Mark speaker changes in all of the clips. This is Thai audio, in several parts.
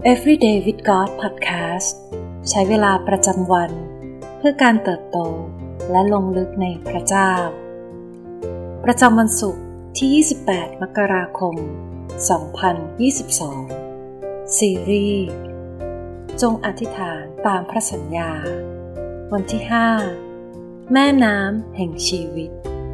Speaker 1: Everyday with God Podcast ใช้เวลาประจำวันเพื่อการเติบโตและลงลึกในพระเจ้าประจำวันศุกร์ที่28มกราคม2022ซีรีส์จงอธิษฐานตามพระสัญญาวันที่5แม่น้ำแห่งชีวิต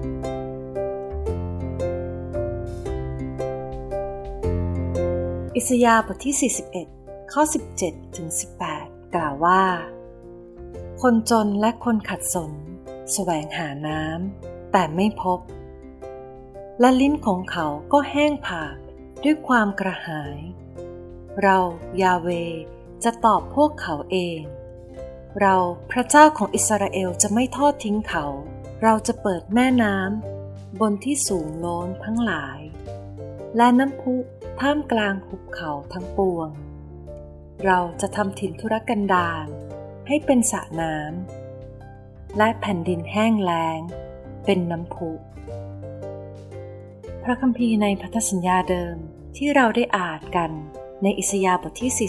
Speaker 1: อิสยาห์บทที่41ข้อ17ถึง18กล่าวว่าคนจนและคนขัดสนแสวงหาน้ำแต่ไม่พบและลิ้นของเขาก็แห้งผากด้วยความกระหายเรายาห์เวห์จะตอบพวกเขาเองเราพระเจ้าของอิสราเอลจะไม่ทอดทิ้งเขาเราจะเปิดแม่น้ำบนที่สูงโล้นทั้งหลายและน้ำพุท่ามกลางหุบเขาทั้งปวงเราจะทำถิ่นทุรกันดารให้เป็นสระน้ำและแผ่นดินแห้งแล้งเป็นน้ำพุพระคัมภีร์ในพันธสัญญาเดิมที่เราได้อ่านกันในอิสยาห์บทที่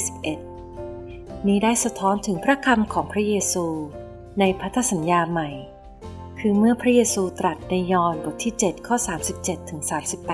Speaker 1: 41นี้ได้สะท้อนถึงพระคำของพระเยซูในพันธสัญญาใหม่คือเมื่อพระเยซูตรัสในยอห์นบทที่7ข้อ37ถึง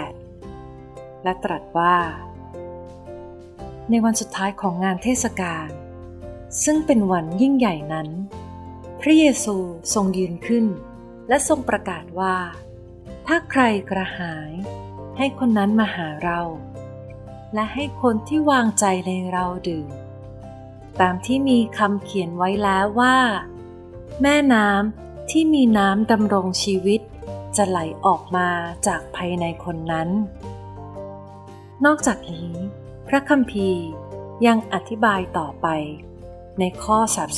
Speaker 1: 38และตรัสว่าในวันสุดท้ายของงานเทศกาลซึ่งเป็นวันยิ่งใหญ่นั้นพระเยซูทรงยืนขึ้นและทรงประกาศว่าถ้าใครกระหายให้คนนั้นมาหาเราและให้คนที่วางใจในเราดื่มตามที่มีคำเขียนไว้แล้วว่าแม่น้ำที่มีน้ำดำรงชีวิตจะไหลออกมาจากภายในคนนั้นนอกจากนี้พระคัมภีร์ยังอธิบายต่อไปในข้อ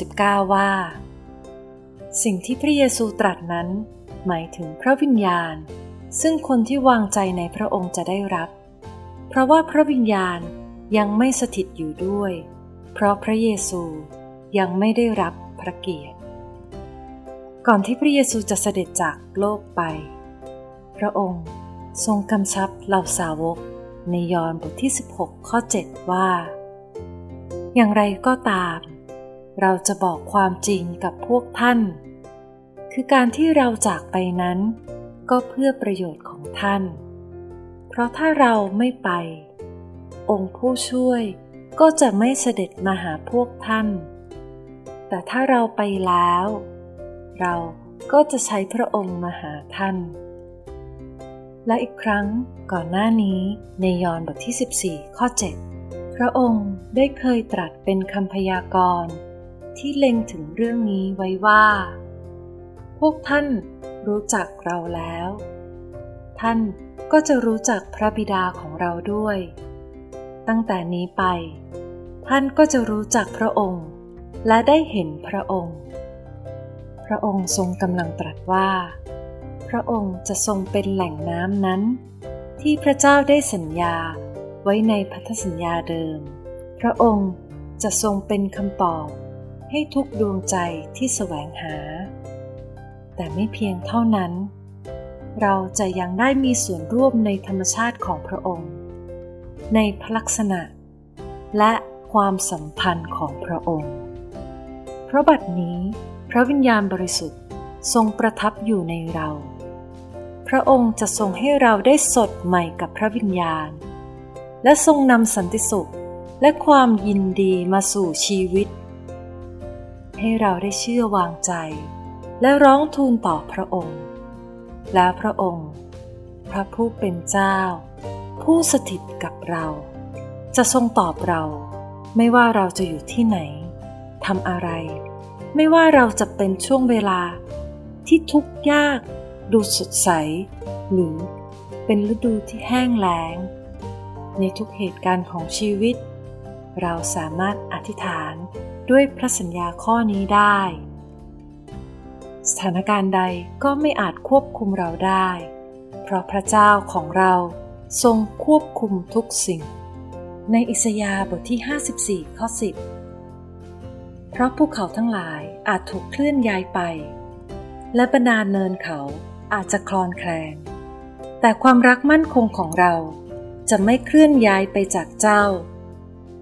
Speaker 1: 39ว่าสิ่งที่พระเยซูตรัสนั้นหมายถึงพระวิญญาณซึ่งคนที่วางใจในพระองค์จะได้รับเพราะว่าพระวิญญาณยังไม่สถิตอยู่ด้วยเพราะพระเยซูยังไม่ได้รับพระเกียรติก่อนที่พระเยซูจะเสด็จจากโลกไปพระองค์ทรงกำชับเหล่าสาวกในยอห์นบทที่16ข้อ7ว่าอย่างไรก็ตามเราจะบอกความจริงกับพวกท่านคือการที่เราจากไปนั้นก็เพื่อประโยชน์ของท่านเพราะถ้าเราไม่ไปองค์ผู้ช่วยก็จะไม่เสด็จมาหาพวกท่านแต่ถ้าเราไปแล้วเราก็จะใช้พระองค์มาหาท่านและอีกครั้งก่อนหน้านี้ในยอห์นบทที่14ข้อ7พระองค์ได้เคยตรัสเป็นคำพยากรณ์ที่เล็งถึงเรื่องนี้ไว้ว่าพวกท่านรู้จักเราแล้วท่านก็จะรู้จักพระบิดาของเราด้วยตั้งแต่นี้ไปท่านก็จะรู้จักพระองค์และได้เห็นพระองค์พระองค์ทรงกำลังตรัสว่าพระองค์จะทรงเป็นแหล่งน้ำนั้นที่พระเจ้าได้สัญญาไว้ในพันธสัญญาเดิมพระองค์จะทรงเป็นคำตอบให้ทุกดวงใจที่แสวงหาแต่ไม่เพียงเท่านั้นเราจะยังได้มีส่วนร่วมในธรรมชาติของพระองค์ในพระลักษณะและความสัมพันธ์ของพระองค์เพราะบัดนี้พระวิญญาณบริสุทธิ์ทรงประทับอยู่ในเราพระองค์จะทรงให้เราได้สดใหม่กับพระวิญญาณและทรงนำสันติสุขและความยินดีมาสู่ชีวิตให้เราได้เชื่อวางใจและร้องทูลต่อพระองค์และพระองค์พระผู้เป็นเจ้าผู้สถิตกับเราจะทรงตอบเราไม่ว่าเราจะอยู่ที่ไหนทำอะไรไม่ว่าเราจะเป็นช่วงเวลาที่ทุกข์ยากดูสดใสหรือเป็นฤดูที่แห้งแล้งในทุกเหตุการณ์ของชีวิตเราสามารถอธิษฐานด้วยพระสัญญาข้อนี้ได้สถานการณ์ใดก็ไม่อาจควบคุมเราได้เพราะพระเจ้าของเราทรงควบคุมทุกสิ่งในอิสยาห์บทที่54ข้อ10เพราะภูเขาทั้งหลายอาจถูกเคลื่อนย้ายไปและบรรดาเนินเขาอาจจะคลอนแคลนแต่ความรักมั่นคงของเราจะไม่เคลื่อนย้ายไปจากเจ้า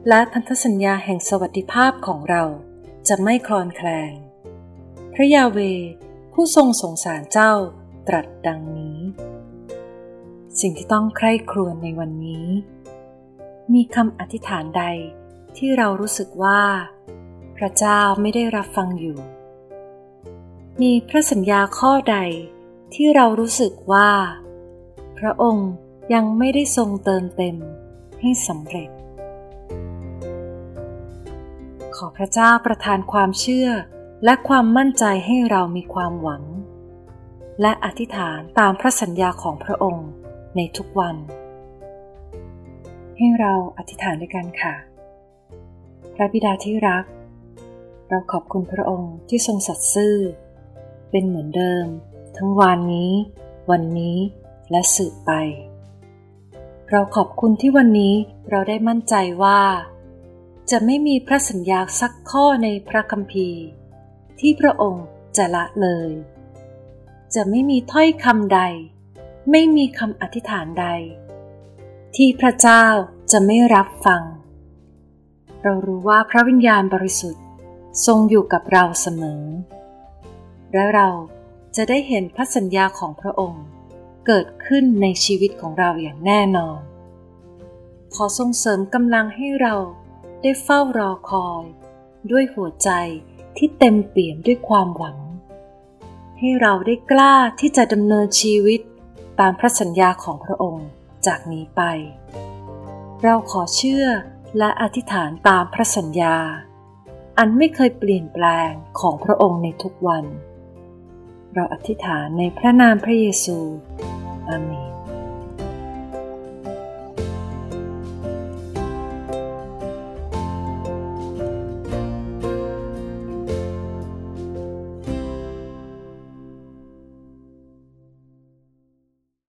Speaker 1: และพันธสัญญาแห่งสวัสดิภาพของเราจะไม่คลอนแคลนพระยาเวห์ผู้ทรงสงสารเจ้าตรัสดังนี้สิ่งที่ต้องใคร่ครวญในวันนี้มีคำอธิษฐานใดที่เรารู้สึกว่าพระเจ้าไม่ได้รับฟังอยู่มีพระสัญญาข้อใดที่เรารู้สึกว่าพระองค์ยังไม่ได้ทรงเติมเต็มให้สำเร็จขอพระเจ้าประทานความเชื่อและความมั่นใจให้เรามีความหวังและอธิษฐานตามพระสัญญาของพระองค์ในทุกวันให้เราอธิษฐานด้วยกันค่ะพระบิดาที่รักเราขอบคุณพระองค์ที่ทรงสัตย์ซื่อเป็นเหมือนเดิมทั้งวันนี้วันนี้และสืบไปเราขอบคุณที่วันนี้เราได้มั่นใจว่าจะไม่มีพระสัญญาสักข้อในพระคัมภีร์ที่พระองค์จะละเลยจะไม่มีถ้อยคำใดไม่มีคำอธิษฐานใดที่พระเจ้าจะไม่รับฟังเรารู้ว่าพระวิญญาณบริสุทธิ์ทรงอยู่กับเราเสมอและเราจะได้เห็นพระสัญญาของพระองค์เกิดขึ้นในชีวิตของเราอย่างแน่นอนขอทรงเสริมกำลังให้เราได้เฝ้ารอคอยด้วยหัวใจที่เต็มเปี่ยมด้วยความหวังให้เราได้กล้าที่จะดำเนินชีวิตตามพระสัญญาของพระองค์จากนี้ไปเราขอเชื่อและอธิษฐานตามพระสัญญาอันไม่เคยเปลี่ยนแปลงของพระองค์ในทุกวันเราอธิษฐานในพระนามพระเยซูอาเมน